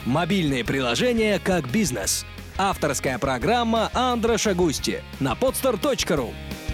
Мобильные приложения как бизнес. Авторская программа Андроша Густи на podstar.ru.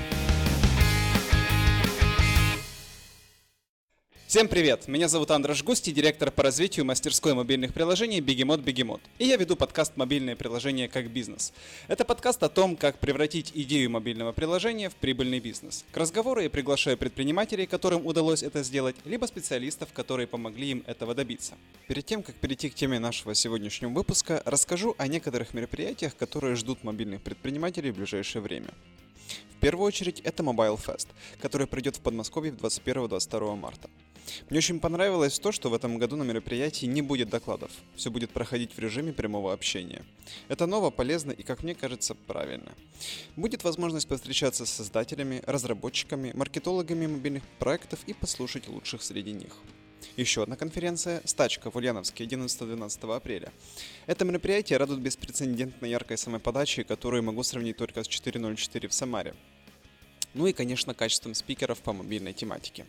Всем привет! Меня зовут Андрош Густи, директор по развитию мастерской мобильных приложений Бегемот. И я веду подкаст «Мобильные приложения как бизнес». Это подкаст о том, как превратить идею мобильного приложения в прибыльный бизнес. К разговору я приглашаю предпринимателей, которым удалось это сделать, либо специалистов, которые помогли им этого добиться. Перед тем, как перейти к теме нашего сегодняшнего выпуска, расскажу о некоторых мероприятиях, которые ждут мобильных предпринимателей в ближайшее время. В первую очередь, это Mobile Fest, который пройдет в Подмосковье 21-22 марта. Мне очень понравилось то, что в этом году на мероприятии не будет докладов. Все будет проходить в режиме прямого общения. Это ново, полезно и, как мне кажется, правильно. Будет возможность повстречаться с создателями, разработчиками, маркетологами мобильных проектов и послушать лучших среди них. Еще одна конференция – «Стачка» в Ульяновске 11-12 апреля. Это мероприятие радует беспрецедентно яркой самоподачей, которую могу сравнить только с 4.04 в Самаре. Ну и, конечно, качеством спикеров по мобильной тематике.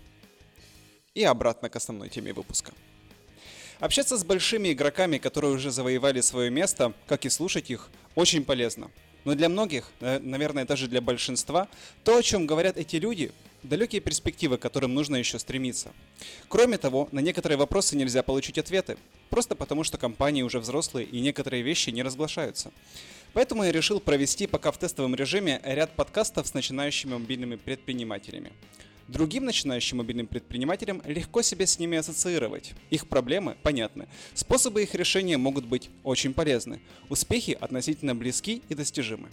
И обратно к основной теме выпуска. Общаться с большими игроками, которые уже завоевали свое место, как и слушать их, очень полезно. Но для многих, наверное, даже для большинства, то, о чем говорят эти люди – далекие перспективы, к которым нужно еще стремиться. Кроме того, на некоторые вопросы нельзя получить ответы, просто потому что компании уже взрослые и некоторые вещи не разглашаются. Поэтому я решил провести пока в тестовом режиме ряд подкастов с начинающими мобильными предпринимателями. Другим начинающим мобильным предпринимателям легко себя с ними ассоциировать. Их проблемы понятны, способы их решения могут быть очень полезны, успехи относительно близки и достижимы.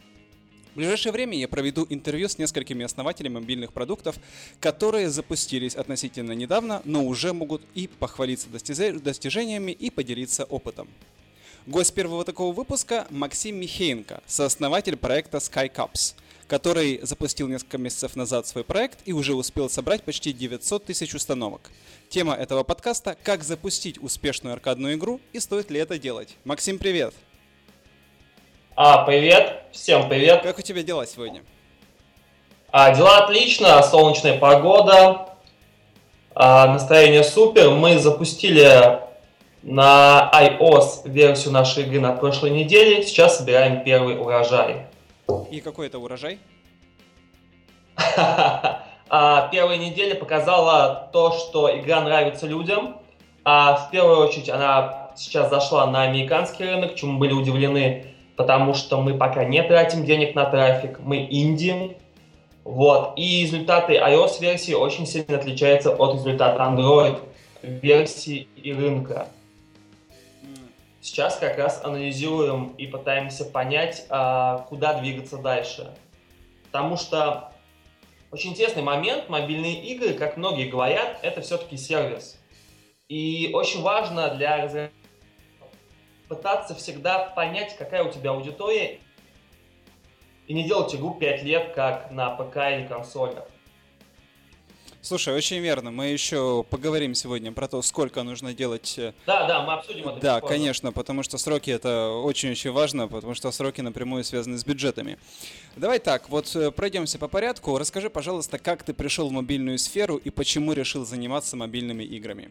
В ближайшее время я проведу интервью с несколькими основателями мобильных продуктов, которые запустились относительно недавно, но уже могут и похвалиться достижениями и поделиться опытом. Гость первого такого выпуска – Максим Михеенко, сооснователь проекта SkyCups, который запустил несколько месяцев назад свой проект и уже успел собрать почти 900 тысяч установок. Тема этого подкаста – как запустить успешную аркадную игру и стоит ли это делать. Максим, привет! Привет, всем привет. Как у тебя дела сегодня? Дела отлично, солнечная погода, настроение супер. Мы запустили на iOS версию нашей игры на прошлой неделе, сейчас собираем первый урожай. И какой это урожай? Первая неделя показала то, что игра нравится людям. В первую очередь она сейчас зашла на американский рынок, чему были удивлены, потому что мы пока не тратим денег на трафик, мы инди. И результаты iOS-версии очень сильно отличаются от результата Android-версии и рынка. Сейчас как раз анализируем и пытаемся понять, куда двигаться дальше. Потому что очень интересный момент, мобильные игры, как многие говорят, это все-таки сервис. И очень важно для разработчиков пытаться всегда понять, какая у тебя аудитория, и не делать игру 5 лет, как на ПК или консолях. Слушай, очень верно. Мы еще поговорим сегодня про то, сколько нужно делать. Да, мы обсудим это. Да, конечно, потому что сроки это очень-очень важно, потому что сроки напрямую связаны с бюджетами. Давай так, пройдемся по порядку. Расскажи, пожалуйста, как ты пришел в мобильную сферу и почему решил заниматься мобильными играми.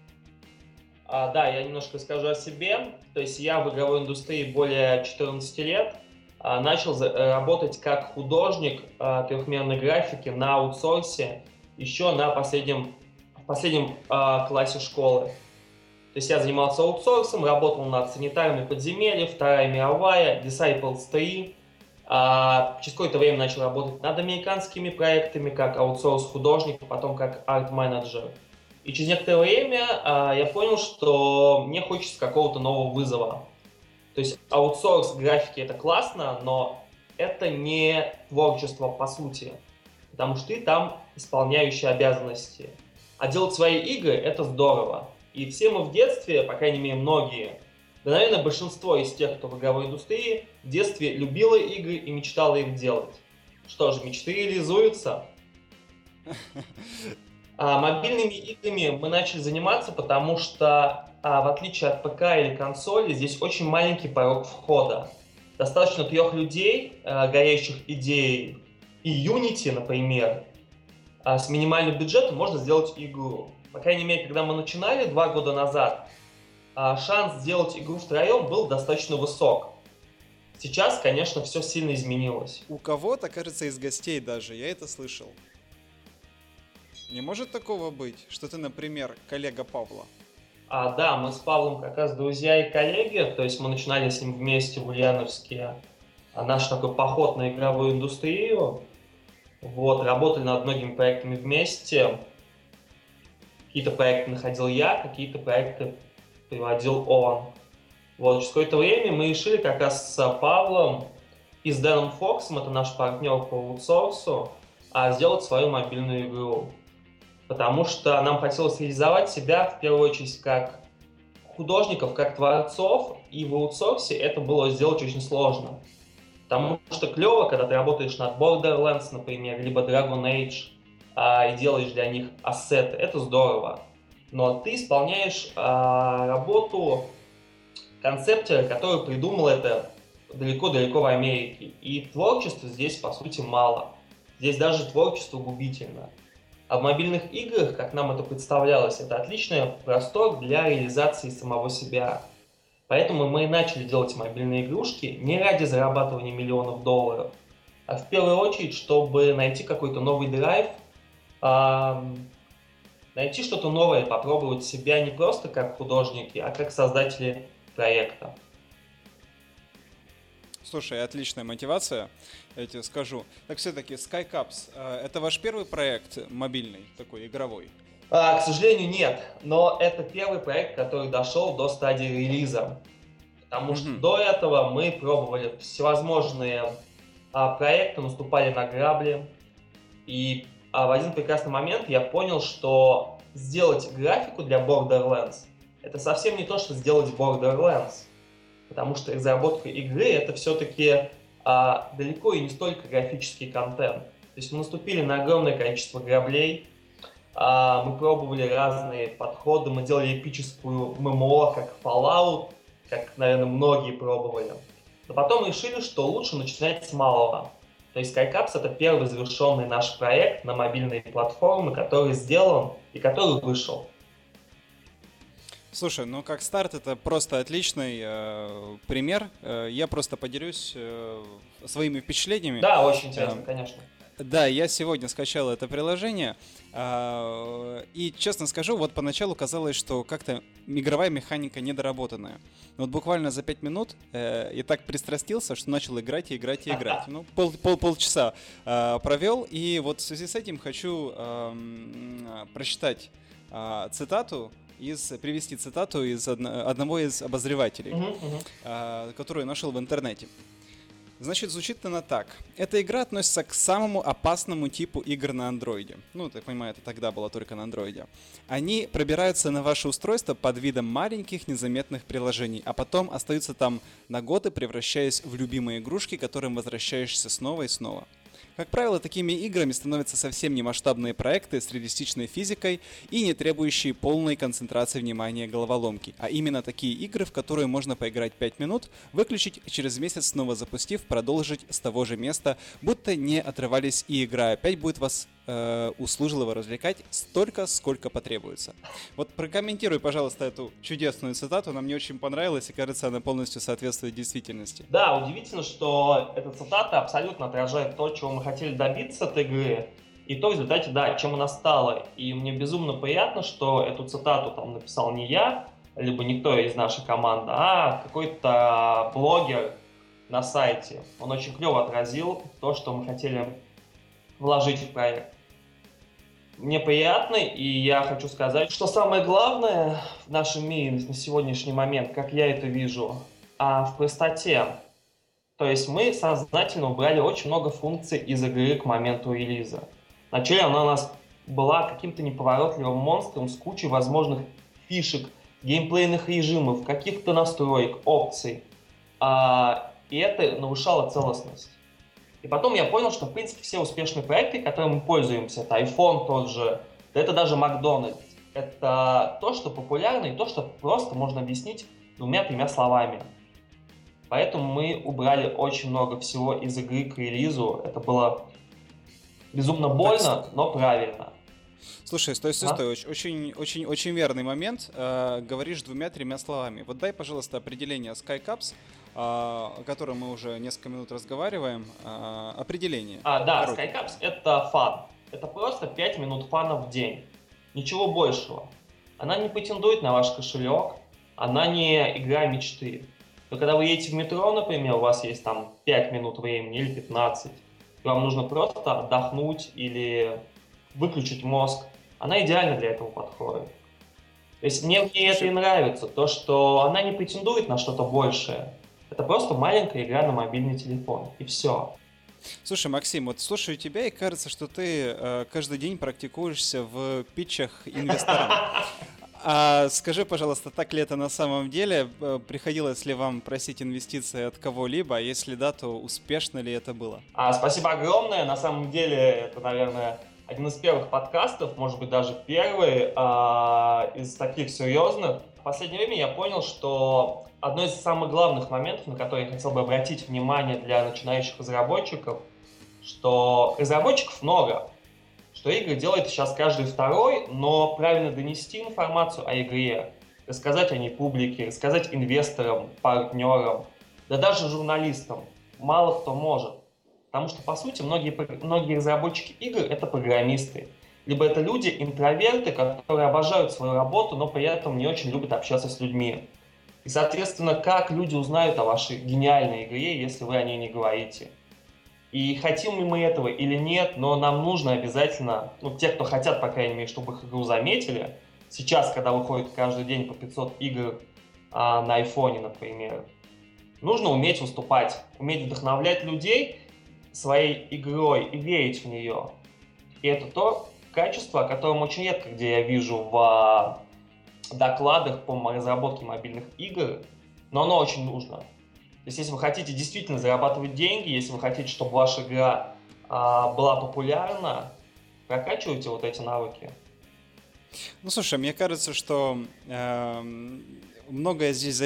Я немножко скажу о себе. То есть я в игровой индустрии более 14 лет. Начал работать как художник трехмерной графики на аутсорсе еще в последнем классе школы. То есть я занимался аутсорсом, работал над санитарными подземельями, Вторая мировая, Disciples 3. Через какое-то время начал работать над американскими проектами как аутсорс-художник, потом как арт-менеджер. И через некоторое время я понял, что мне хочется какого-то нового вызова. То есть аутсорс графики это классно, но это не творчество по сути. Потому что ты там исполняющий обязанности. А делать свои игры это здорово. И все мы в детстве, по крайней мере многие, да, наверное, большинство из тех, кто в игровой индустрии, в детстве любило игры и мечтало их делать. Что же, мечты реализуются. Мобильными играми мы начали заниматься, потому что, в отличие от ПК или консоли, здесь очень маленький порог входа. Достаточно 3 людей, горящих идеей, и Unity, например, с минимальным бюджетом можно сделать игру. По крайней мере, когда мы начинали 2 года назад, шанс сделать игру втроем был достаточно высок. Сейчас, конечно, все сильно изменилось. У кого-то, кажется, из гостей даже, я это слышал. Не может такого быть, что ты, например, коллега Павла? Да, мы с Павлом как раз друзья и коллеги, то есть мы начинали с ним вместе в Ульяновске наш такой поход на игровую индустрию. Вот, работали над многими проектами вместе. Какие-то проекты находил я, какие-то проекты приводил он. Вот, через какое-то время мы решили как раз с Павлом и с Дэном Фоксом, это наш партнер по аутсорсу, сделать свою мобильную игру. Потому что нам хотелось реализовать себя в первую очередь как художников, как творцов, и в аутсорсе это было сделать очень сложно. Потому что клево, когда ты работаешь над Borderlands, например, либо Dragon Age, и делаешь для них ассеты, это здорово. Но ты исполняешь работу концептера, который придумал это далеко-далеко в Америке. И творчества здесь, по сути, мало. Здесь даже творчество губительно. А в мобильных играх, как нам это представлялось, это отличный простор для реализации самого себя. Поэтому мы и начали делать мобильные игрушки не ради зарабатывания миллионов долларов, а в первую очередь, чтобы найти какой-то новый драйв, найти что-то новое, попробовать себя не просто как художники, а как создатели проекта. Слушай, отличная мотивация, я тебе скажу. Так все-таки SkyCaps, это ваш первый проект мобильный, такой игровой? К сожалению, нет, но это первый проект, который дошел до стадии релиза. Потому что до этого мы пробовали всевозможные проекты, наступали на грабли. И в один прекрасный момент я понял, что сделать графику для Borderlands это совсем не то, что сделать Borderlands. Потому что разработка игры это все-таки далеко и не столько графический контент. То есть мы наступили на огромное количество граблей, мы пробовали разные подходы, мы делали эпическую ММО, как Fallout, как, наверное, многие пробовали. Но потом решили, что лучше начинать с малого. То есть SkyCaps это первый завершенный наш проект на мобильные платформы, который сделан и который вышел. Слушай, ну как старт это просто отличный пример. Я просто поделюсь своими впечатлениями. Да, очень интересно, конечно. Да, я сегодня скачал это приложение, и честно скажу, вот поначалу казалось, что как-то игровая механика недоработанная. Но вот буквально за 5 минут я так пристрастился, что начал играть и играть и играть. Ну, полчаса провел, и вот в связи с этим хочу прочитать привести цитату из одного из обозревателей, которую я нашел в интернете. Значит, звучит она так. Эта игра относится к самому опасному типу игр на андроиде. Ну, так понимаю, это тогда было только на андроиде. Они пробираются на ваше устройство под видом маленьких незаметных приложений, а потом остаются там на годы, превращаясь в любимые игрушки, к которым возвращаешься снова и снова. Как правило, такими играми становятся совсем не масштабные проекты с реалистичной физикой и не требующие полной концентрации внимания головоломки, а именно такие игры, в которые можно поиграть 5 минут, выключить и через месяц снова запустив, продолжить с того же места, будто не отрывались, и игра опять будет вас услужливо развлекать столько, сколько потребуется. Вот прокомментируй, пожалуйста, эту чудесную цитату, она мне очень понравилась, и кажется, она полностью соответствует действительности. Да, удивительно, что эта цитата абсолютно отражает то, чего мы хотели добиться от игры, и то в результате, да, чем она стала. И мне безумно приятно, что эту цитату там написал не я, либо никто из нашей команды, а какой-то блогер на сайте. Он очень клево отразил то, что мы хотели вложить в проект. Мне приятно, и я хочу сказать, что самое главное в нашем мире на сегодняшний момент, как я это вижу, в простоте. То есть мы сознательно убрали очень много функций из игры к моменту релиза. Вначале она у нас была каким-то неповоротливым монстром с кучей возможных фишек, геймплейных режимов, каких-то настроек, опций. И это нарушало целостность. И потом я понял, что, в принципе, все успешные проекты, которыми мы пользуемся, это iPhone тот же, это даже Макдональдс, это то, что популярно и то, что просто можно объяснить 2-3 словами. Поэтому мы убрали очень много всего из игры к релизу. Это было безумно больно, но правильно. Слушай, стой, очень верный момент. Говоришь двумя-тремя словами. Вот дай, пожалуйста, определение SkyCaps, о котором мы уже несколько минут разговариваем. Определение. Да, Коротко. SkyCaps — это фан. Это просто 5 минут фана в день. Ничего большего. Она не претендует на ваш кошелек, она не игра мечты. Но когда вы едете в метро, например, у вас есть там 5 минут времени или 15, и вам нужно просто отдохнуть или выключить мозг, она идеально для этого подходит. То есть мне в ней это и нравится, то, что она не претендует на что-то большее. Это просто маленькая игра на мобильный телефон, и все. Слушай, Максим, вот слушаю тебя, и кажется, что ты каждый день практикуешься в питчах инвесторам. А скажи, пожалуйста, так ли это на самом деле? Приходилось ли вам просить инвестиции от кого-либо? А если да, то успешно ли это было? Спасибо огромное. На самом деле, это, наверное, один из первых подкастов, может быть, даже первый из таких серьезных. В последнее время я понял, что одно из самых главных моментов, на которые я хотел бы обратить внимание для начинающих разработчиков, что разработчиков много, что игры делает сейчас каждый второй, но правильно донести информацию о игре, рассказать о ней публике, рассказать инвесторам, партнерам, да даже журналистам мало кто может. Потому что, по сути, многие разработчики игр — это программисты. Либо это люди, интроверты, которые обожают свою работу, но при этом не очень любят общаться с людьми. И, соответственно, как люди узнают о вашей гениальной игре, если вы о ней не говорите? И хотим ли мы этого или нет, но нам нужно обязательно, те, кто хотят, по крайней мере, чтобы их игру заметили, сейчас, когда выходит каждый день по 500 игр на айфоне, например, нужно уметь выступать, уметь вдохновлять людей своей игрой и верить в нее. И это то качество, о котором очень редко где я вижу в докладах по разработке мобильных игр, но оно очень нужно. То есть, если вы хотите действительно зарабатывать деньги, если вы хотите, чтобы ваша игра была популярна, прокачивайте вот эти навыки. Ну, слушай, мне кажется, что многое здесь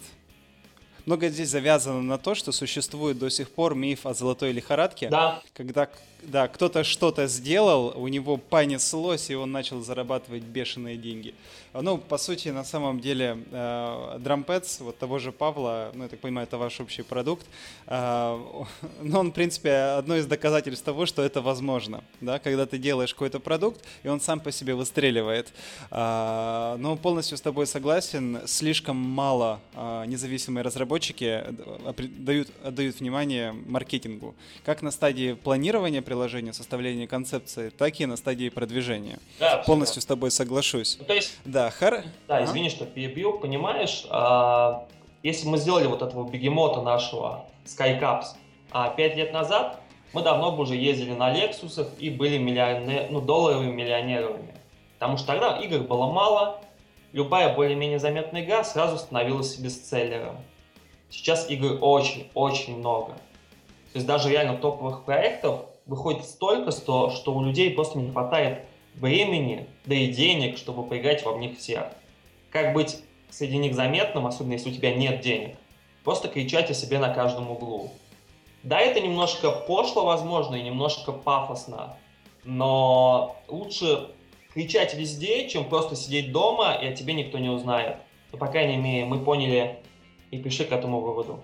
завязано на то, что существует до сих пор миф о золотой лихорадке, когда кто-то что-то сделал, у него понеслось, и он начал зарабатывать бешеные деньги. По сути, на самом деле, Drumpads, вот того же Павла, я так понимаю, это ваш общий продукт, он, в принципе, одно из доказательств того, что это возможно, да, когда ты делаешь какой-то продукт, и он сам по себе выстреливает. Но полностью с тобой согласен, слишком мало независимые разработчики отдают внимание маркетингу, как на стадии планирования приложения, составления концепции, так и на стадии продвижения. Да, полностью с тобой соглашусь. То есть, извини, что перебил, понимаешь, если мы сделали вот этого бегемота нашего SkyCaps 5 лет назад, мы давно бы уже ездили на Lexus'ах и были долларовыми миллионерами. Потому что тогда игр было мало, любая более-менее заметная игра сразу становилась бестселлером. Сейчас игр очень-очень много. То есть даже реально топовых проектов выходит столько, что у людей просто не хватает времени, да и денег, чтобы поиграть во них всех. Как быть среди них заметным, особенно если у тебя нет денег? Просто кричать о себе на каждом углу. Да, это немножко пошло, возможно, и немножко пафосно, но лучше кричать везде, чем просто сидеть дома, и о тебе никто не узнает. По крайней мере, мы поняли и пришли к этому выводу.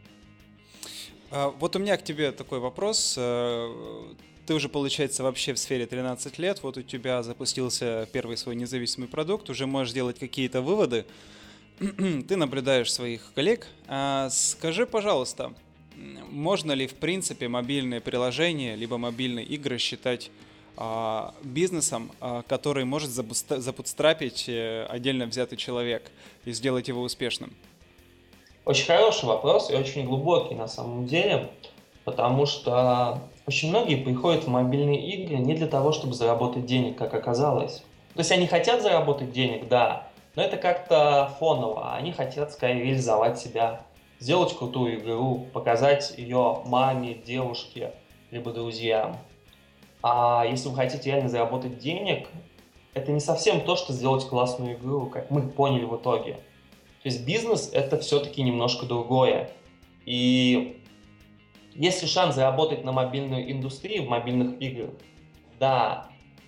Вот у меня к тебе такой вопрос. Ты уже, получается, вообще в сфере 13 лет, вот у тебя запустился первый свой независимый продукт, уже можешь делать какие-то выводы, ты наблюдаешь своих коллег. Скажи, пожалуйста, можно ли в принципе мобильные приложения либо мобильные игры считать бизнесом, который может забутстрапить отдельно взятый человек и сделать его успешным? Очень хороший вопрос и очень глубокий на самом деле, потому что очень многие приходят в мобильные игры не для того, чтобы заработать денег, как оказалось. То есть они хотят заработать денег, да, но это как-то фоново. Они хотят скорее реализовать себя, сделать крутую игру, показать ее маме, девушке, либо друзьям. А если вы хотите реально заработать денег, это не совсем то, что сделать классную игру, как мы поняли в итоге. То есть бизнес — это все-таки немножко другое. И есть ли шанс заработать на мобильную индустрию в мобильных играх? Да.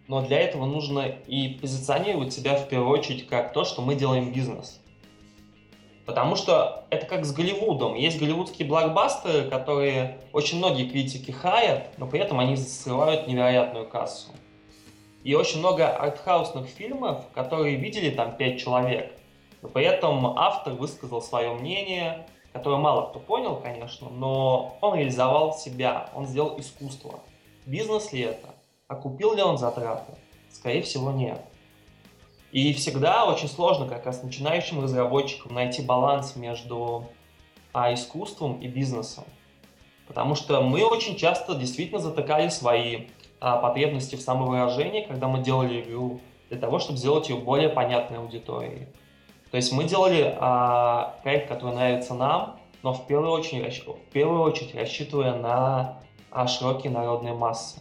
но для этого нужно и позиционировать себя в первую очередь как то, что мы делаем бизнес. Потому что это как с Голливудом. Есть голливудские блокбастеры, которые очень многие критики хаят, но при этом они срывают невероятную кассу. И очень много артхаусных фильмов, которые видели там 5 человек, но при этом автор высказал свое мнение, которое мало кто понял, конечно, но он реализовал себя, он сделал искусство. Бизнес ли это? Окупил ли он затраты? Скорее всего, нет. И всегда очень сложно как раз начинающим разработчикам найти баланс между искусством и бизнесом. Потому что мы очень часто действительно затыкали свои потребности в самовыражении, когда мы делали игру, для того, чтобы сделать ее более понятной аудитории. То есть мы делали проект, который нравится нам, но в первую очередь рассчитывая на широкие народные массы.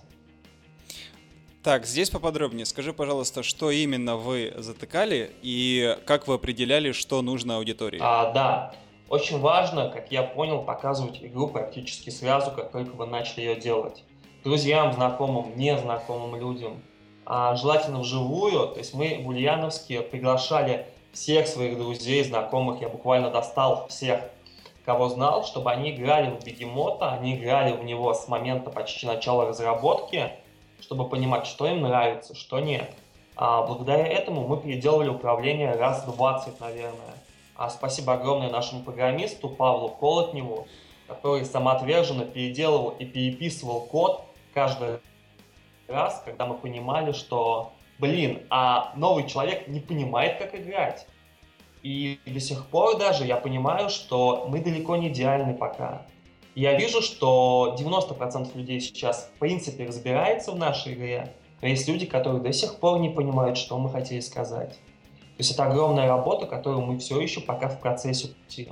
Так, здесь поподробнее. Скажи, пожалуйста, что именно вы затыкали и как вы определяли, что нужно аудитории? Да, очень важно, как я понял, показывать игру практически сразу, как только вы начали ее делать. Друзьям, знакомым, незнакомым людям. Желательно вживую. То есть мы в Ульяновске приглашали всех своих друзей, знакомых. Я буквально достал всех, кого знал, чтобы они играли в Бегемота. Они играли в него с момента почти начала разработки, чтобы понимать, что им нравится, что нет. Благодаря этому мы переделывали управление раз 20, наверное. Спасибо огромное нашему программисту Павлу Колотневу, который самоотверженно переделывал и переписывал код каждый раз, когда мы понимали, что, новый человек не понимает, как играть. И до сих пор даже я понимаю, что мы далеко не идеальны пока. Я вижу, что 90% людей сейчас в принципе разбирается в нашей игре, но есть люди, которые до сих пор не понимают, что мы хотели сказать. То есть это огромная работа, которую мы все еще пока в процессе пути.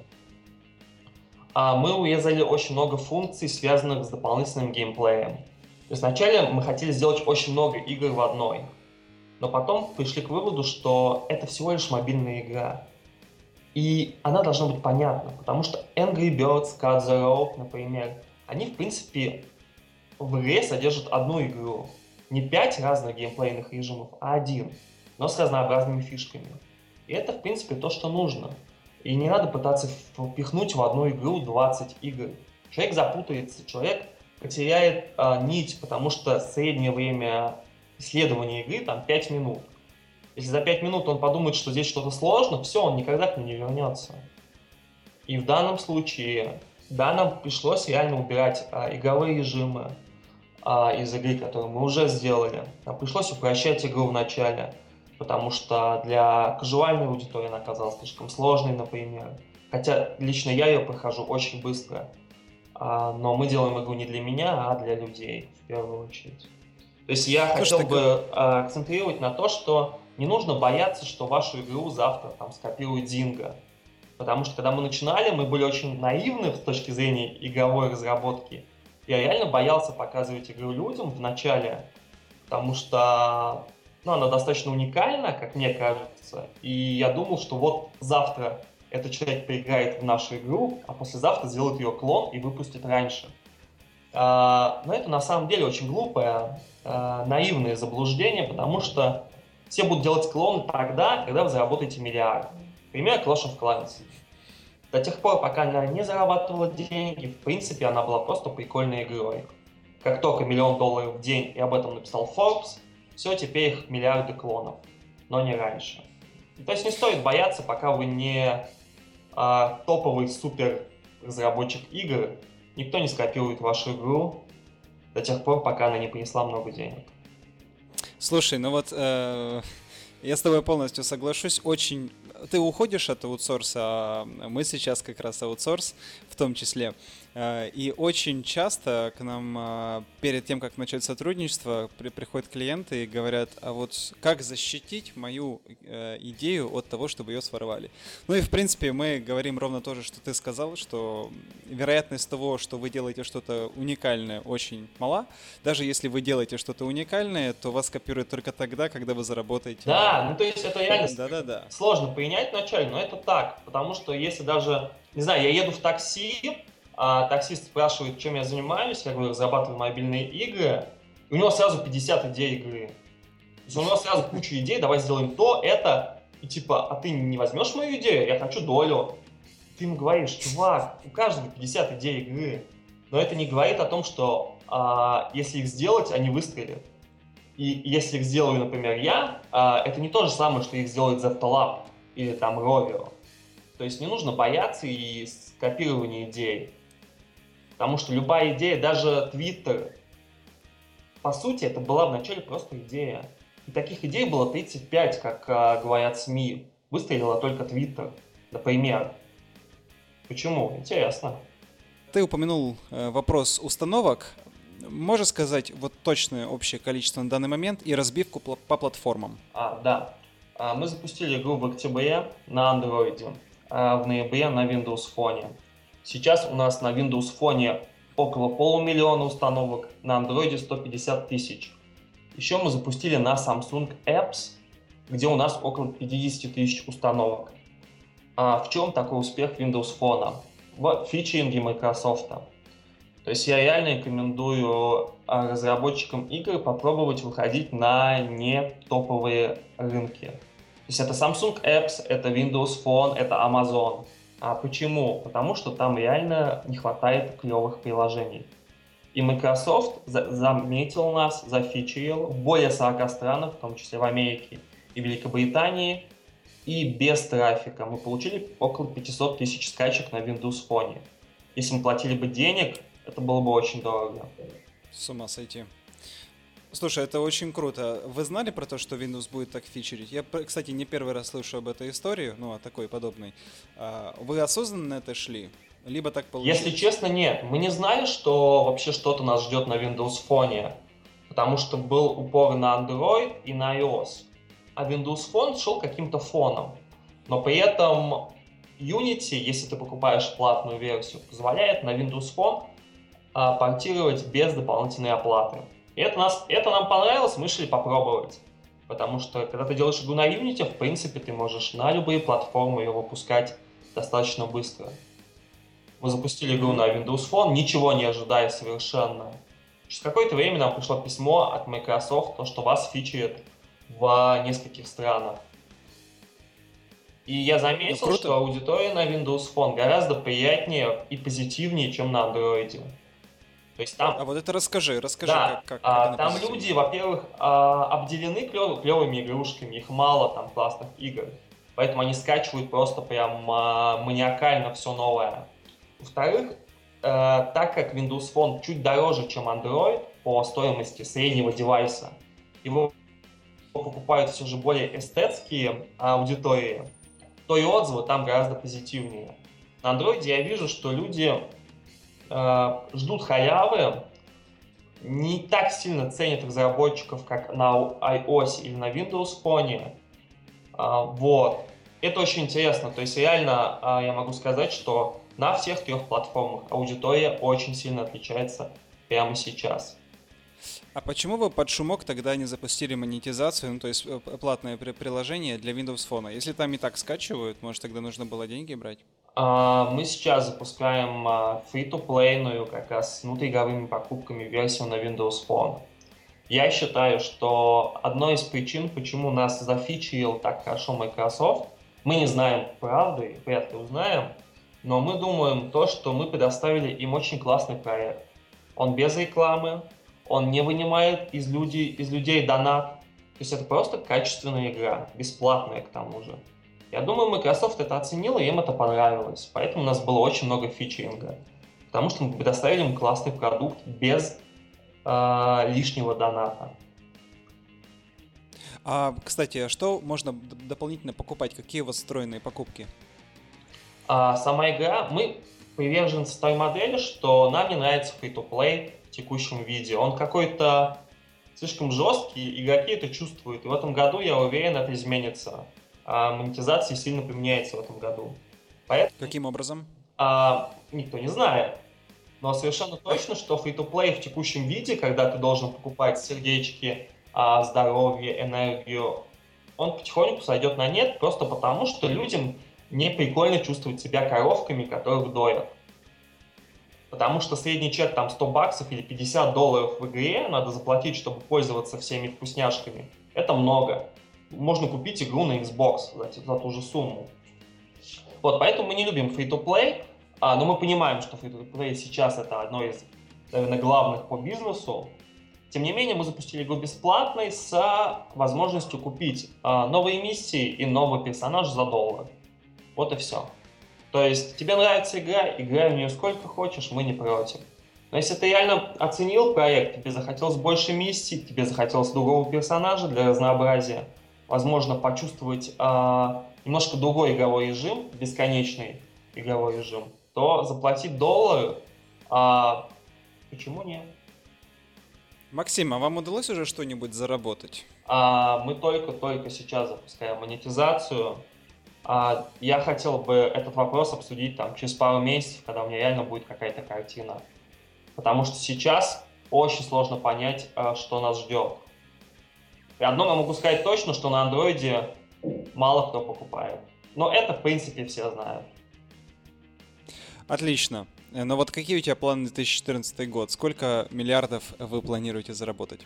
Мы урезали очень много функций, связанных с дополнительным геймплеем. То есть вначале мы хотели сделать очень много игр в одной, но потом пришли к выводу, что это всего лишь мобильная игра. И она должна быть понятна, потому что Angry Birds, Cut the Rope, например, они, в принципе, в игре содержат одну игру. Не 5 разных геймплейных режимов, а один, но с разнообразными фишками. И это, в принципе, то, что нужно. И не надо пытаться впихнуть в одну игру 20 игр. Человек запутается, человек потеряет нить, потому что среднее время исследования игры там 5 минут. Если за 5 минут он подумает, что здесь что-то сложно, все, он никогда к ней не вернется. И в данном случае, нам пришлось реально убирать игровые режимы из игры, которые мы уже сделали. Нам пришлось упрощать игру в начале, потому что для казуальной аудитории она оказалась слишком сложной, например. Хотя лично я ее прохожу очень быстро. Но мы делаем игру не для меня, а для людей, в первую очередь. То есть я хотел бы акцентировать на то, что не нужно бояться, что вашу игру завтра там скопирует Зинго. Потому что когда мы начинали, мы были очень наивны с точки зрения игровой разработки. Я реально боялся показывать игру людям в начале, потому что она достаточно уникальна, как мне кажется. И я думал, что вот завтра этот человек поиграет в нашу игру, а послезавтра сделает ее клон и выпустит раньше. Но это на самом деле очень глупое, наивное заблуждение, потому что все будут делать клоны тогда, когда вы заработаете миллиард. Например, Clash of Clans. До тех пор, пока она не зарабатывала деньги, в принципе, она была просто прикольной игрой. Как только $1 миллион в день, и об этом написал Forbes, все, теперь их миллиарды клонов, но не раньше. То есть не стоит бояться, пока вы не топовый супер разработчик игр, никто не скопирует вашу игру до тех пор, пока она не принесла много денег. Слушай, я с тобой полностью соглашусь. Ты уходишь от аутсорса, а мы сейчас как раз аутсорс в том числе. И очень часто к нам перед тем, как начать сотрудничество, приходят клиенты и говорят, а вот как защитить мою идею от того, чтобы ее своровали. Ну и в принципе мы говорим ровно то же, что ты сказал, что вероятность того, что вы делаете что-то уникальное, очень мала. Даже если вы делаете что-то уникальное, то вас копируют только тогда, когда вы заработаете. Да, то есть это реально сложно принять вначале, но это так. Потому что если даже, не знаю, я еду в такси, таксист спрашивает, чем я занимаюсь, я говорю, разрабатываю мобильные игры, и у него сразу 50 идей игры. есть у него сразу куча идей, давай сделаем то, это, и типа, а ты не возьмешь мою идею? Я хочу долю. Ты ему говоришь, чувак, у каждого 50 идей игры, но это не говорит о том, что если их сделать, они выстрелят. И если их сделаю, например, я, это не то же самое, что их сделает Zeptolab или там Rovio. То есть не нужно бояться и скопирования идей. Потому что любая идея, даже Twitter, по сути, это была вначале просто идея. И таких идей было 35, как говорят СМИ. Выстрелила только Twitter, например. Почему? Интересно. Ты упомянул вопрос установок. Можешь сказать вот точное общее количество на данный момент и разбивку по платформам? Да. Мы запустили игру в октябре на Android, в ноябре на Windows Phone. Сейчас у нас на Windows Phone около 500 000 установок, на Android 150 тысяч. Еще мы запустили на Samsung Apps, где у нас около 50 тысяч установок. В чем такой успех Windows Phone? В фичеринге Microsoft. То есть я реально рекомендую разработчикам игр попробовать выходить на не топовые рынки. То есть это Samsung Apps, это Windows Phone, это Amazon. Почему? Потому что там реально не хватает клевых приложений. И Microsoft заметил нас, зафичерил в более 40 странах, в том числе в Америке и Великобритании, и без трафика. Мы получили около 500 тысяч скачек на Windows Phone. Если мы платили бы денег, это было бы очень дорого. С ума сойти. Слушай, это очень круто. Вы знали про то, что Windows будет так фичерить? Я, кстати, не первый раз слышу об этой истории, о такой подобной. Вы осознанно на это шли? Либо так получилось? Если честно, нет. Мы не знали, что вообще что-то нас ждет на Windows Phone, потому что был упор на Android и на iOS. А Windows Phone шел каким-то фоном. Но при этом Unity, если ты покупаешь платную версию, позволяет на Windows Phone портировать без дополнительной оплаты. И это нам понравилось, мы решили попробовать. Потому что, когда ты делаешь игру на Unity, в принципе, ты можешь на любые платформы ее выпускать достаточно быстро. Мы запустили игру на Windows Phone, ничего не ожидая совершенно. Через какое-то время нам пришло письмо от Microsoft, то, что вас фичерят в нескольких странах. И я заметил, что аудитория на Windows Phone гораздо приятнее и позитивнее, чем на Android. То есть там... вот это расскажи, да, как там люди, во-первых, обделены клевыми игрушками, их мало, там, классных игр. Поэтому они скачивают просто прям маниакально все новое. Во-вторых, так как Windows Phone чуть дороже, чем Android по стоимости среднего девайса, его покупают все же более эстетские аудитории, то и отзывы там гораздо позитивнее. На Android я вижу, что люди ждут халявы, не так сильно ценят разработчиков, как на iOS или на Windows Phone. Вот. Это очень интересно. То есть реально я могу сказать, что на всех трех платформах аудитория очень сильно отличается прямо сейчас. А почему вы под шумок тогда не запустили монетизацию, то есть платное приложение для Windows Phone? Если там и так скачивают, может, тогда нужно было деньги брать? Мы сейчас запускаем free-to-play, как раз с внутриигровыми покупками версию на Windows Phone. Я считаю, что одной из причин, почему нас зафичерил так хорошо Microsoft, мы не знаем правды, вряд ли узнаем, но мы думаем то, что мы предоставили им очень классный проект. Он без рекламы, он не вынимает из людей донат. То есть это просто качественная игра, бесплатная к тому же. Я думаю, Microsoft это оценила, и им это понравилось. Поэтому у нас было очень много фичеринга. Потому что мы предоставили им классный продукт без лишнего доната. Кстати, что можно дополнительно покупать? Какие у вас встроенные покупки? Сама игра, мы приверженцы той модели, что нам не нравится free-to-play в текущем виде. Он какой-то слишком жесткий, игроки это чувствуют. И в этом году, я уверен, это изменится. Монетизация сильно поменяется в этом году. Поэтому, каким образом? Никто не знает. Но совершенно точно, что free-to-play в текущем виде, когда ты должен покупать сердечки, здоровье, энергию, он потихоньку сойдет на нет, просто потому, что людям не прикольно чувствовать себя коровками, которых доят. Потому что средний чек там $100 или $50 в игре надо заплатить, чтобы пользоваться всеми вкусняшками. Это много. Можно купить игру на Xbox за ту же сумму. Вот, поэтому мы не любим free-to-play, но мы понимаем, что free-to-play сейчас это одно из, наверное, главных по бизнесу. Тем не менее, мы запустили игру бесплатной с возможностью купить новые миссии и новый персонаж за $1. Вот и все. То есть, тебе нравится игра, играй в нее сколько хочешь, мы не против. Но если ты реально оценил проект, тебе захотелось больше миссий, тебе захотелось другого персонажа для разнообразия, возможно, почувствовать немножко другой игровой режим, бесконечный игровой режим, то заплатить $1, почему нет? Максим, а вам удалось уже что-нибудь заработать? Мы только сейчас запускаем монетизацию. Я хотел бы этот вопрос обсудить через пару месяцев, когда у меня реально будет какая-то картина. Потому что сейчас очень сложно понять, что нас ждет. И одно я могу сказать точно, что на андроиде мало кто покупает. Но это, в принципе, все знают. Отлично. Но вот какие у тебя планы на 2014 год? Сколько миллиардов вы планируете заработать?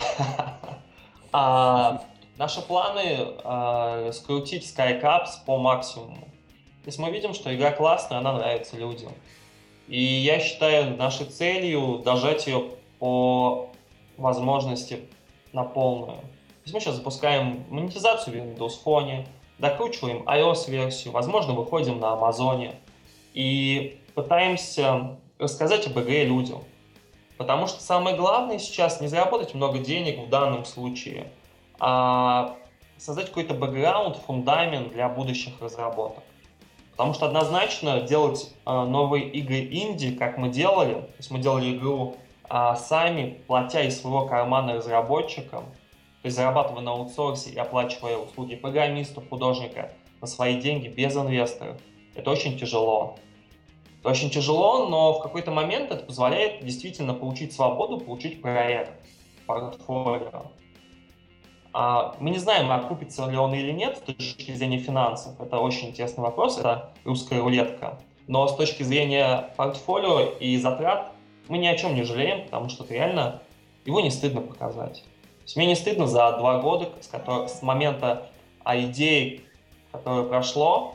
Наши планы скрутить SkyCaps по максимуму. То есть мы видим, что игра классная, она нравится людям. И я считаю нашей целью дожать ее по возможности на полную. То есть мы сейчас запускаем монетизацию в Windows Phone, докручиваем iOS-версию, возможно, выходим на Амазоне и пытаемся рассказать об игре людям. Потому что самое главное сейчас не заработать много денег в данном случае, а создать какой-то бэкграунд, фундамент для будущих разработок. Потому что однозначно делать новые игры инди, как мы делали, то есть мы делали игру сами, платя из своего кармана разработчикам, то есть зарабатывая на аутсорсе и оплачивая услуги программиста, художника на свои деньги без инвесторов, это очень тяжело. Это очень тяжело, но в какой-то момент это позволяет действительно получить свободу, получить проект, портфолио. Мы не знаем, окупится ли он или нет с точки зрения финансов. Это очень интересный вопрос, это русская рулетка. Но с точки зрения портфолио и затрат мы ни о чем не жалеем, потому что реально его не стыдно показать. То есть мне не стыдно за 2 года, с момента идеи, которое прошло.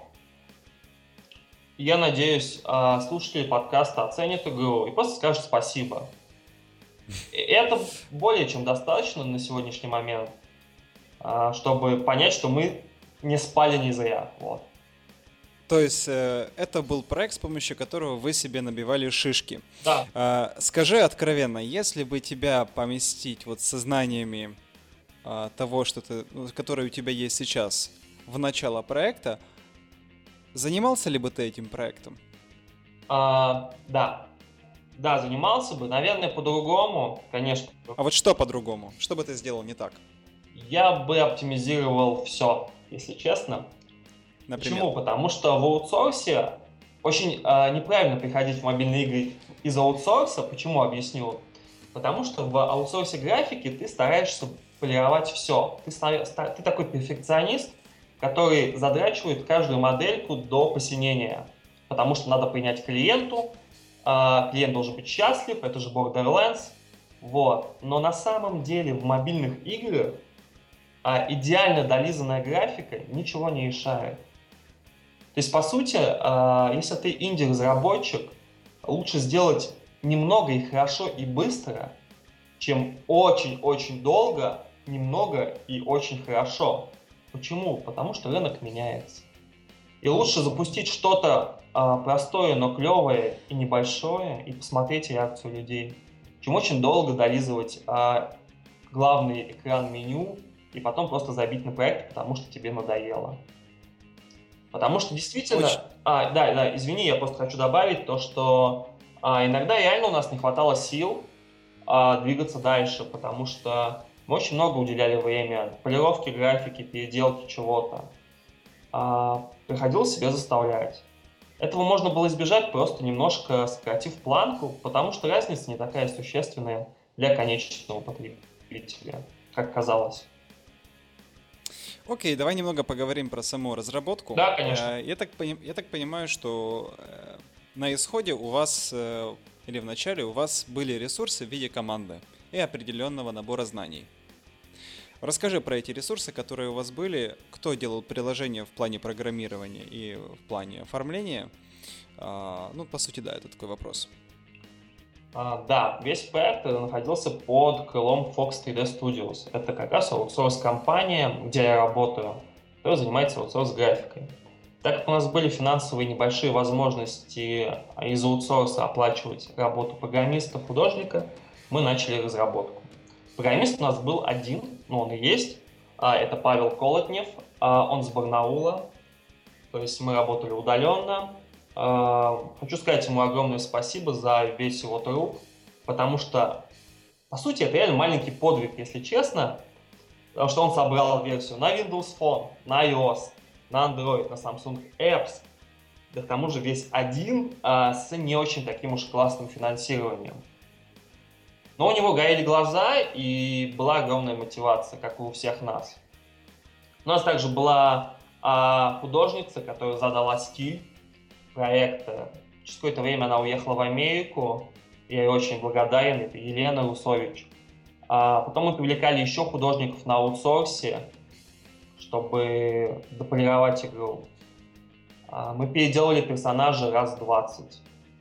Я надеюсь, слушатели подкаста оценят игру и просто скажут спасибо. И это более чем достаточно на сегодняшний момент, чтобы понять, что мы не спали не зря. Вот. То есть это был проект, с помощью которого вы себе набивали шишки. Да. Скажи откровенно, если бы тебя поместить со знаниями того, которое у тебя есть сейчас, в начало проекта, занимался ли бы ты этим проектом? Да. Да, занимался бы. Наверное, по-другому, конечно. А вот что по-другому? Что бы ты сделал не так? Я бы оптимизировал все, если честно. Например? Почему? Потому что в аутсорсе очень неправильно приходить в мобильные игры из аутсорса. Почему? Объясню. Потому что в аутсорсе графики ты стараешься полировать все. Ты такой перфекционист, который задрачивает каждую модельку до посинения. Потому что надо принять клиенту, клиент должен быть счастлив, это же Borderlands. Вот. Но на самом деле в мобильных играх идеально долизанная графика ничего не решает. То есть, по сути, если ты инди-разработчик, лучше сделать немного и хорошо и быстро, чем очень-очень долго, немного и очень хорошо. Почему? Потому что рынок меняется. И лучше запустить что-то простое, но клевое и небольшое, и посмотреть реакцию людей, чем очень долго долизывать главный экран меню и потом просто забить на проект, потому что тебе надоело. Потому что действительно... Да, извини, я просто хочу добавить то, что иногда реально у нас не хватало сил двигаться дальше, потому что мы очень много уделяли время полировке графики, переделке чего-то. Приходилось себя заставлять. Этого можно было избежать, просто немножко сократив планку, потому что разница не такая существенная для конечного потребителя, как казалось. Окей, давай немного поговорим про саму разработку. Да, конечно. Я так понимаю, что на исходе у вас, или в начале у вас были ресурсы в виде команды и определенного набора знаний. Расскажи про эти ресурсы, которые у вас были, кто делал приложение в плане программирования и в плане оформления. Ну, по сути, да, это такой вопрос. Да, весь проект находился под крылом Fox 3D Studios. Это как раз аутсорс-компания, где я работаю, которая занимается аутсорс-графикой. Так как у нас были финансовые небольшие возможности из аутсорса оплачивать работу программиста, художника, мы начали разработку. Программист у нас был один, но он и есть. Это Павел Колотнев, он с Барнаула. То есть мы работали удаленно. Хочу сказать ему огромное спасибо за весь его труд, потому что, по сути, это реально маленький подвиг, если честно, потому что он собрал версию на Windows Phone, на iOS, на Android, на Samsung Apps, да к тому же весь один с не очень таким уж классным финансированием. Но у него горели глаза и была огромная мотивация, как и у всех нас. У нас также была художница, которая задала стиль проекта. Через какое-то время она уехала в Америку, я ей очень благодарен, это Елена Русович. Потом мы привлекали еще художников на аутсорсе, чтобы дополировать игру. Мы переделали персонажа раз 20.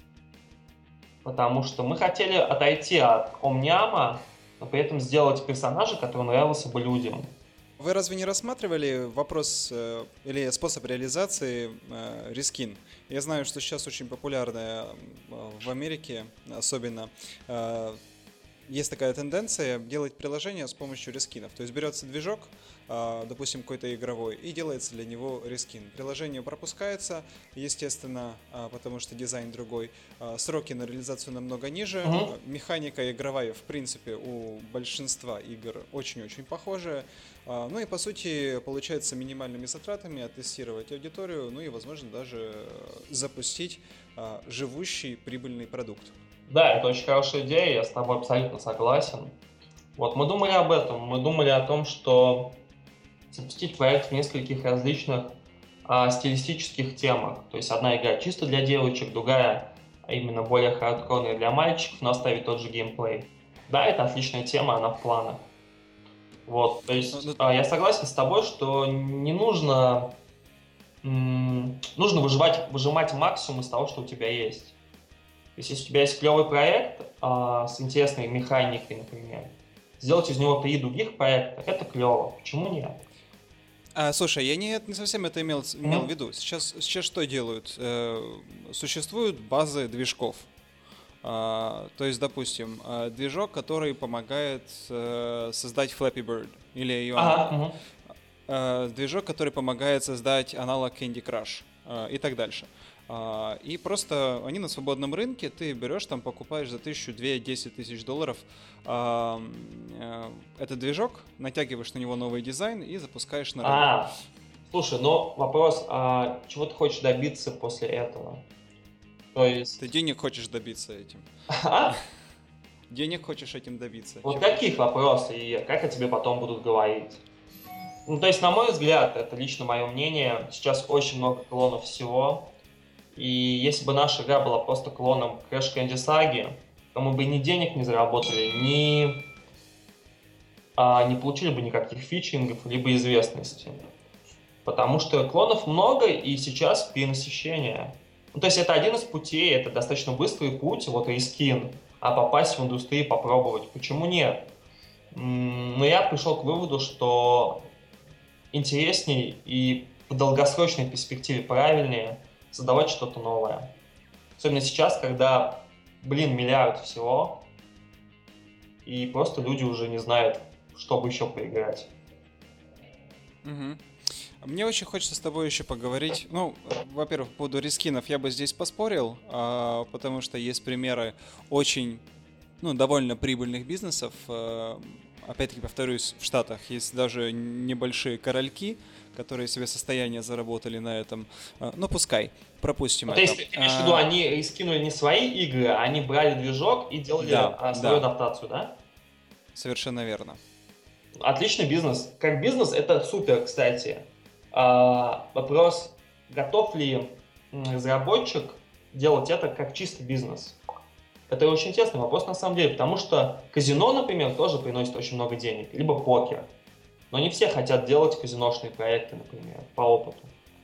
Потому что мы хотели отойти от омняма, но при этом сделать персонажа, который нравился бы людям. Вы разве не рассматривали вопрос или способ реализации рескин? Я знаю, что сейчас очень популярная в Америке особенно. Есть такая тенденция делать приложение с помощью рескинов. То есть берется движок, допустим, какой-то игровой, и делается для него рескин. Приложение пропускается, естественно, потому что дизайн другой. Сроки на реализацию намного ниже. Механика игровая, в принципе, у большинства игр очень-очень похожая. Ну и, по сути, получается минимальными затратами оттестировать аудиторию, ну и, возможно, даже запустить живущий прибыльный продукт. Да, это очень хорошая идея, я с тобой абсолютно согласен. Вот, мы думали об этом, мы думали о том, что запустить проект в нескольких различных стилистических темах. То есть одна игра чисто для девочек, другая именно более хардкорная для мальчиков, но оставить тот же геймплей. Да, это отличная тема, она в планах. Вот, то есть я согласен с тобой, что не нужно, нужно выжимать максимум из того, что у тебя есть. То есть, если у тебя есть клевый проект с интересной механикой, например, сделать из него 3 других проекта, это клево. Почему нет? Слушай, я не совсем это имел в виду. Сейчас что делают? Существуют базы движков. То есть, допустим, движок, который помогает создать Flappy Bird или Iona. Движок, который помогает создать аналог Candy Crush и так дальше. И просто они на свободном рынке, ты берешь, там покупаешь за 1000, 2, 10 тысяч долларов этот движок, натягиваешь на него новый дизайн и запускаешь на рынок. Слушай, но вопрос, чего ты хочешь добиться после этого? То есть... Ты денег хочешь добиться этим. Денег хочешь этим добиться. Вот каких вопросов и как о тебе потом будут говорить? Ну, то есть, на мой взгляд, это лично мое мнение, сейчас очень много клонов всего. И если бы наша игра была просто клоном Crash Candy Saga, то мы бы ни денег не заработали, не получили бы никаких фичингов, либо известности. Потому что клонов много, и сейчас перенасыщение. Ну, то есть это один из путей, это достаточно быстрый путь, вот рескин, а попасть в индустрию попробовать. Почему нет? Но я пришел к выводу, что интересней и в долгосрочной перспективе правильнее создавать что-то новое. Особенно сейчас, когда, миллиард всего, и просто люди уже не знают, что бы еще поиграть. Мне очень хочется с тобой еще поговорить. Ну, во-первых, по поводу рескинов я бы здесь поспорил, потому что есть примеры очень, довольно прибыльных бизнесов. Опять-таки, повторюсь, в Штатах есть даже небольшие корольки, которые себе состояние заработали на этом. Но пускай, пропустим это. То есть, ты имеешь в виду, они скинули не свои игры, а они брали движок и делали свою адаптацию, да? Совершенно верно. Отличный бизнес. Как бизнес это супер, кстати. Вопрос, готов ли разработчик делать это как чистый бизнес? Это очень интересный вопрос на самом деле, потому что казино, например, тоже приносит очень много денег, либо покер. Но не все хотят делать казиношные проекты, например, по опыту.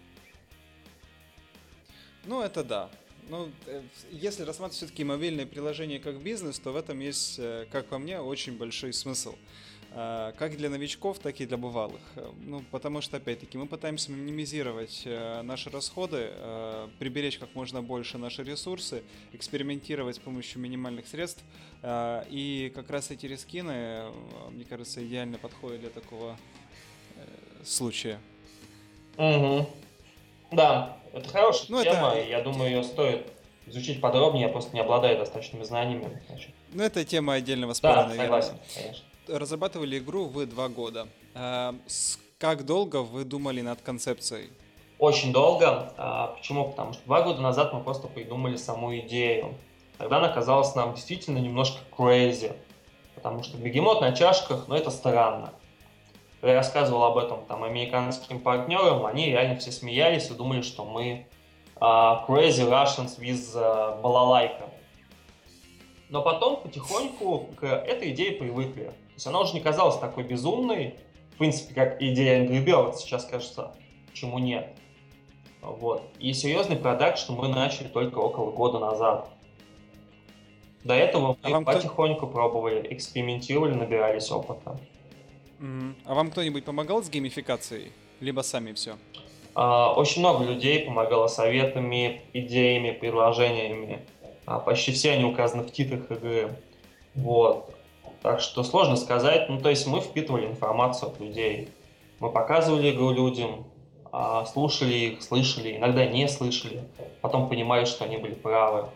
Ну, это да. Ну, если рассматривать все-таки мобильные приложения как бизнес, то в этом есть, как по мне, очень большой смысл. Как для новичков, так и для бывалых. Ну, потому что, опять-таки, мы пытаемся минимизировать наши расходы, приберечь как можно больше наши ресурсы, экспериментировать с помощью минимальных средств. И как раз эти рескины, мне кажется, идеально подходят для такого случая. Угу. Да, это хорошая Ну, тема, это, и я думаю, ее стоит изучить подробнее, я просто не обладаю достаточными знаниями. Значит. ну, это тема отдельного спора, Да, наверное. согласен, конечно. Разрабатывали игру вы 2 года. Как долго вы думали над концепцией? Очень долго. Почему? Потому что 2 года назад мы просто придумали саму идею. Тогда она казалась нам действительно немножко crazy, потому что бегемот на чашках, ну это странно. Когда я рассказывал об этом там американским партнерам, они реально все смеялись и думали, что мы crazy Russians with балалайка. Но потом потихоньку к этой идее привыкли. То есть она уже не казалась такой безумной, в принципе, как идея Angry Birds сейчас кажется, почему нет. Вот. И серьезный продакшн мы начали только около года назад. До этого мы потихоньку пробовали, экспериментировали, набирались опыта. А вам кто-нибудь помогал с геймификацией? Либо сами все? Очень много людей помогало советами, идеями, предложениями. Почти все они указаны в титрах игры. Вот. Так что сложно сказать. Ну, то есть мы впитывали информацию от людей. Мы показывали игру людям, слушали их, слышали, иногда не слышали. Потом понимали, что они были правы.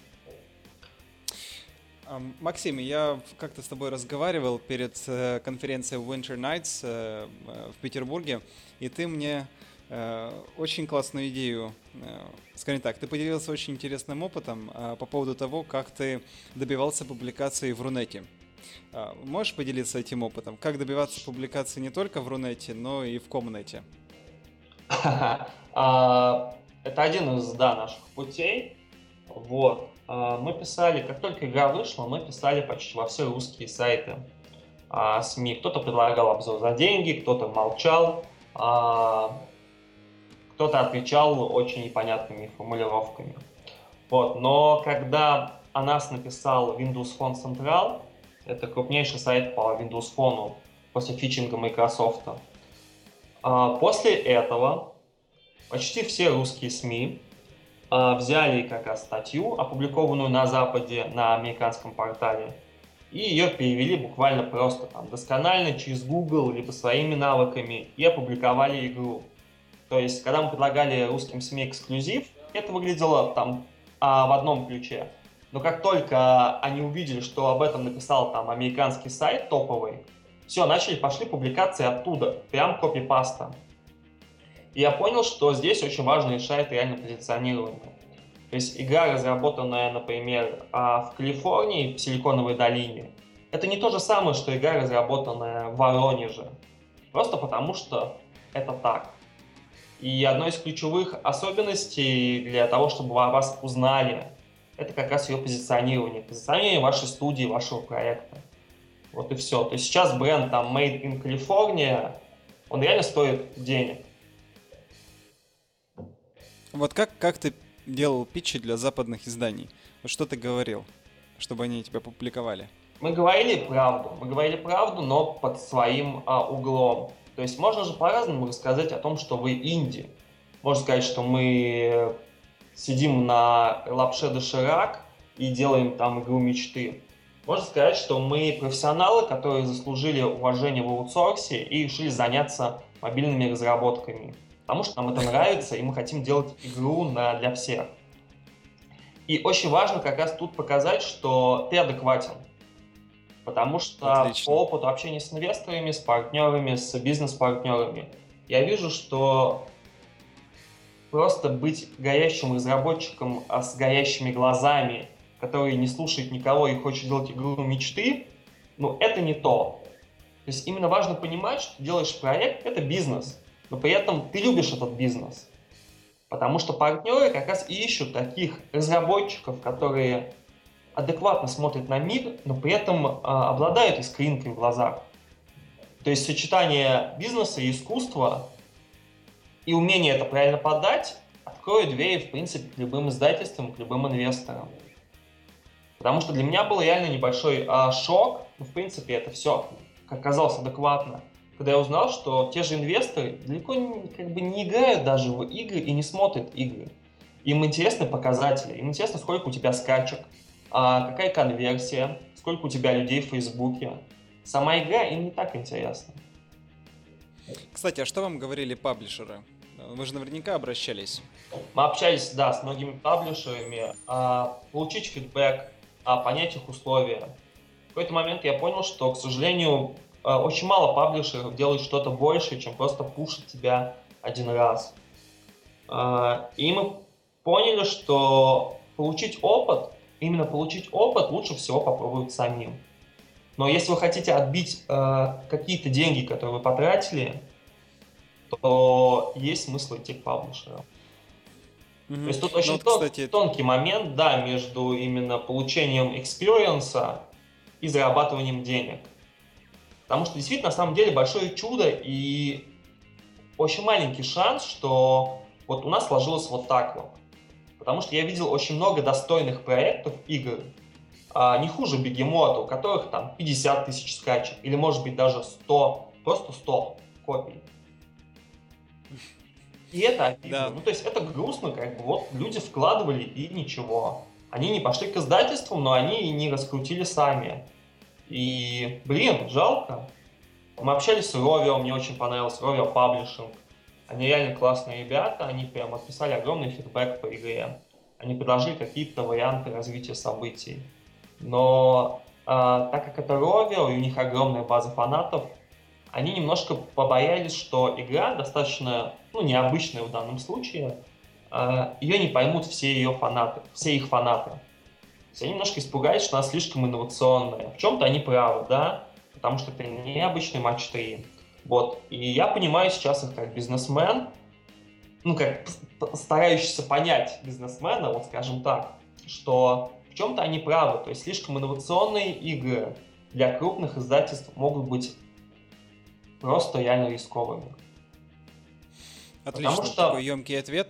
Максим, я как-то с тобой разговаривал перед конференцией Winter Nights в Петербурге, и ты мне очень классную идею, скажем так, ты поделился очень интересным опытом по поводу того, как ты добивался публикации в Рунете. Можешь поделиться этим опытом? Как добиваться публикации не только в Рунете, но и в Комнете? Это один из, наших путей. Вот. Мы писали, как только игра вышла, мы писали почти во все русские сайты СМИ. Кто-то предлагал обзор за деньги, кто-то молчал, кто-то отвечал очень непонятными формулировками. Вот. Но когда о нас написал Windows Phone Central, это крупнейший сайт по Windows Phone после фичинга Microsoft, после этого почти все русские СМИ взяли как раз статью, опубликованную на Западе, на американском портале, и ее перевели буквально просто там досконально через Google, либо своими навыками, и опубликовали игру. То есть, когда мы предлагали русским СМИ эксклюзив, это выглядело там в одном ключе. Но как только они увидели, что об этом написал там американский сайт топовый, все, пошли публикации оттуда, прям копипаста. И я понял, что здесь очень важно решает реально позиционирование. То есть игра, разработанная, например, в Калифорнии, в Силиконовой долине, это не то же самое, что игра, разработанная в Воронеже. Просто потому, что это так. И одной из ключевых особенностей для того, чтобы вас узнали, это как раз ее позиционирование. Позиционирование вашей студии, вашего проекта. Вот и все. То есть сейчас бренд там Made in California, он реально стоит денег. Вот как ты делал питчи для западных изданий? Вот что ты говорил, чтобы они тебя публиковали? Мы говорили правду, но под своим углом. То есть можно же по-разному рассказать о том, что вы инди. Можно сказать, что мы сидим на лапше доширак и делаем там игру мечты. Можно сказать, что мы профессионалы, которые заслужили уважение в аутсорсе и решили заняться мобильными разработками. Потому что нам это нравится, и мы хотим делать игру для всех. И очень важно как раз тут показать, что ты адекватен. Потому что Отлично. по опыту общения с инвесторами, с партнерами, с бизнес-партнерами, я вижу, что просто быть горящим разработчиком с горящими глазами, который не слушает никого и хочет делать игру мечты, это не то. То есть именно важно понимать, что ты делаешь проект, это бизнес. Но при этом ты любишь этот бизнес. Потому что партнеры как раз и ищут таких разработчиков, которые адекватно смотрят на мир, но при этом обладают искринкой в глазах. То есть сочетание бизнеса и искусства и умение это правильно подать откроет двери, в принципе, к любым издательствам, к любым инвесторам. Потому что для меня был реально небольшой шок, но в принципе это все оказалось адекватно, когда я узнал, что те же инвесторы далеко не играют даже в игры и не смотрят игры. Им интересны показатели, им интересно, сколько у тебя скачек, какая конверсия, сколько у тебя людей в Фейсбуке. Сама игра им не так интересна. Кстати, а что вам говорили паблишеры? Вы же наверняка обращались. Мы общались, да, с многими паблишерами, получить фидбэк, понять их условия. В какой-то момент я понял, что, к сожалению, очень мало паблишеров делают что-то больше, чем просто пушить тебя один раз. И мы поняли, что именно получить опыт лучше всего попробовать самим. Но если вы хотите отбить какие-то деньги, которые вы потратили, то есть смысл идти к паблишерам. То есть тут очень тонкий момент, да, между именно получением экспириенса и зарабатыванием денег. Потому что действительно, на самом деле, большое чудо и очень маленький шанс, что вот у нас сложилось вот так вот. Потому что я видел очень много достойных проектов игр, не хуже Бегемота, у которых там 50 тысяч скачек, или может быть даже 100, просто 100 копий. И это обидно. Да. Ну, то есть это грустно, вот люди вкладывали и ничего. Они не пошли к издательствам, но они и не раскрутили сами. И, жалко. Мы общались с Rovio, мне очень понравился Rovio Publishing. Они реально классные ребята, они прям отписали огромный фидбэк по игре. Они предложили какие-то варианты развития событий. Но так как это Rovio, и у них огромная база фанатов, они немножко побоялись, что игра достаточно, необычная в данном случае, ее не поймут все их фанаты. Они немножко испугались, что она слишком инновационная. В чем-то они правы, да, потому что это необычный матч 3. Вот. И я понимаю сейчас их как бизнесмен, старающийся понять бизнесмена, вот скажем так, что в чем-то они правы. То есть слишком инновационные игры для крупных издательств могут быть просто реально рисковыми. Отлично, такой емкий ответ.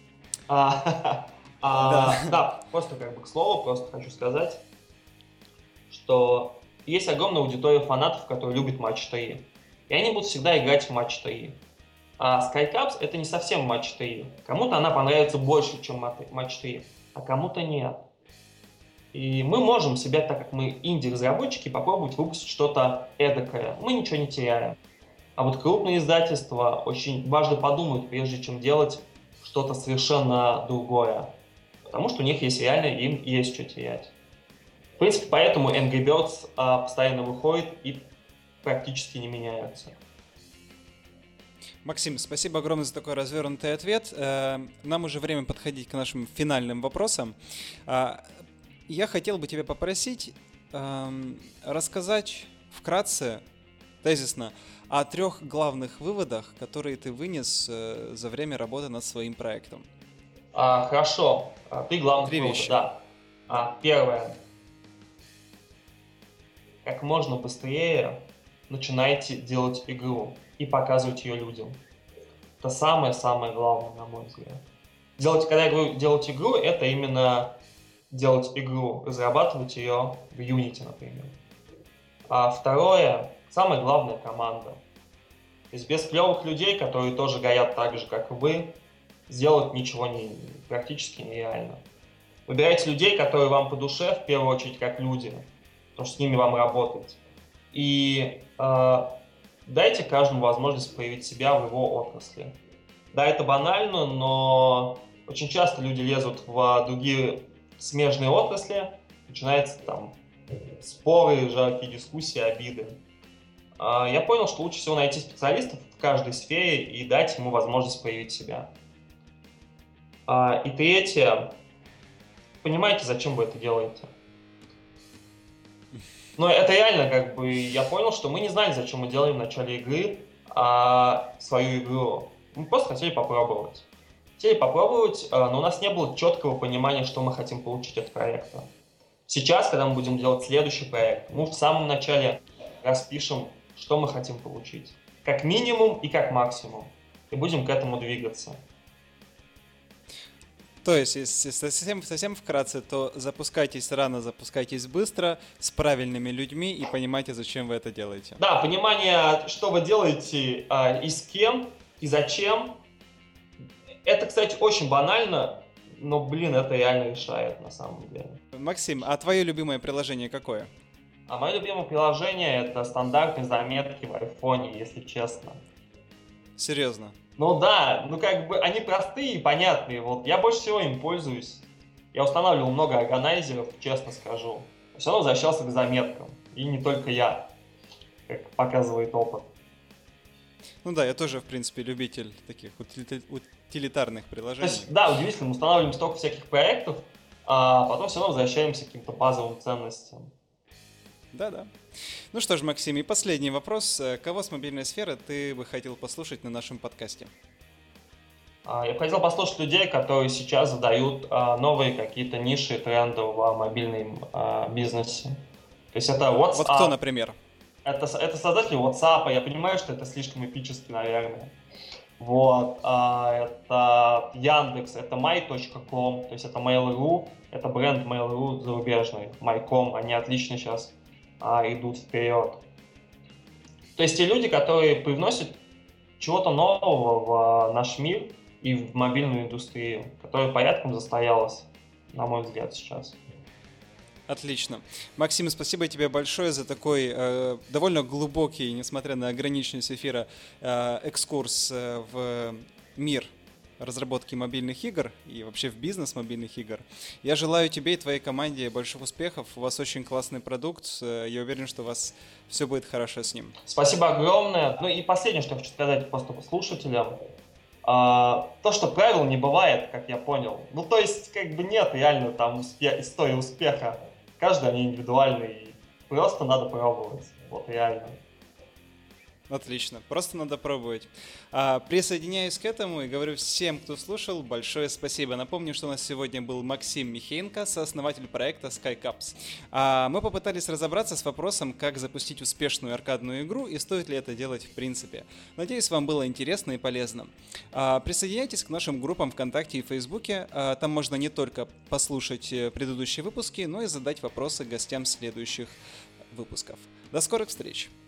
Да, просто к слову, просто хочу сказать, что есть огромная аудитория фанатов, которые любят матч 3. И они будут всегда играть в матч 3. А Skycaps это не совсем матч 3. Кому-то она понравится больше, чем матч 3, а кому-то нет. И мы можем себя, так как мы инди-разработчики, попробовать выпустить что-то эдакое. Мы ничего не теряем. А вот крупные издательства очень важно подумать, прежде чем делать что-то совершенно другое. Потому что у них есть им есть что терять. В принципе, поэтому Angry Birds постоянно выходит и практически не меняются. Максим, спасибо огромное за такой развернутый ответ. Нам уже время подходить к нашим финальным вопросам. Я хотел бы тебя попросить рассказать вкратце, тезисно, о 3 главных выводах, которые ты вынес за время работы над своим проектом. Хорошо. 3 главных вывода, вещи. Да. Первое. Как можно быстрее начинайте делать игру и показывать ее людям. Это самое-самое главное, на мой взгляд. Когда я говорю делать игру, это именно делать игру, разрабатывать ее в Unity, например. Второе, самое главное, команда. То есть без клевых людей, которые тоже горят так же, как и вы, сделать ничего практически нереально. Выбирайте людей, которые вам по душе, в первую очередь, как люди, потому что с ними вам работать. И дайте каждому возможность проявить себя в его отрасли. Да, это банально, но очень часто люди лезут в другие смежные отрасли, начинаются там споры, жаркие дискуссии, обиды. Я понял, что лучше всего найти специалистов в каждой сфере и дать ему возможность проявить себя. И третье, понимаете, зачем вы это делаете. Но это реально, я понял, что мы не знали, зачем мы делаем в начале игры свою игру. Мы просто хотели попробовать. Но у нас не было четкого понимания, что мы хотим получить от проекта. Сейчас, когда мы будем делать следующий проект, мы в самом начале распишем, что мы хотим получить. Как минимум и как максимум. И будем к этому двигаться. То есть, если совсем вкратце, то запускайтесь рано, запускайтесь быстро, с правильными людьми и понимайте, зачем вы это делаете. Да, понимание, что вы делаете и с кем, и зачем. Это, кстати, очень банально, но, это реально решает на самом деле. Максим, а твое любимое приложение какое? А мое любимое приложение — это стандартные заметки в айфоне, если честно. Серьезно? Ну да, они простые и понятные. Вот я больше всего им пользуюсь. Я устанавливал много органайзеров, честно скажу. Все равно возвращался к заметкам. И не только я, как показывает опыт. Ну да, я тоже, в принципе, любитель таких утилитарных приложений. То есть, да, удивительно, мы устанавливаем столько всяких проектов, а потом все равно возвращаемся к каким-то базовым ценностям. Да. Ну что ж, Максим, и последний вопрос. Кого с мобильной сферы ты бы хотел послушать на нашем подкасте? Я бы хотел послушать людей, которые сейчас задают новые какие-то ниши, тренды в мобильном бизнесе. То есть это WhatsApp. Вот кто, например? Это создатель WhatsApp. Я понимаю, что это слишком эпически, наверное. Вот. Это Яндекс, это my.com, то есть это Mail.ru, это бренд Mail.ru зарубежный, my.com. Они отлично сейчас идут вперед. То есть те люди, которые привносят чего-то нового в наш мир и в мобильную индустрию, которая порядком застоялась, на мой взгляд, сейчас. Отлично. Максим, спасибо тебе большое за такой довольно глубокий, несмотря на ограниченность эфира, экскурс в мир разработки мобильных игр и вообще в бизнес мобильных игр. Я желаю тебе и твоей команде больших успехов. У вас очень классный продукт. Я уверен, что у вас все будет хорошо с ним. Спасибо огромное. Ну и последнее, что я хочу сказать просто слушателям. То, что правил не бывает, как я понял. Ну, то есть, нет реально там истории успеха. Каждый они индивидуальный. Просто надо пробовать. Вот реально. Отлично. Просто надо пробовать. Присоединяюсь к этому и говорю всем, кто слушал, большое спасибо. Напомню, что у нас сегодня был Максим Михеенко, сооснователь проекта SkyCaps. Мы попытались разобраться с вопросом, как запустить успешную аркадную игру и стоит ли это делать в принципе. Надеюсь, вам было интересно и полезно. Присоединяйтесь к нашим группам ВКонтакте и Фейсбуке. Там можно не только послушать предыдущие выпуски, но и задать вопросы гостям следующих выпусков. До скорых встреч!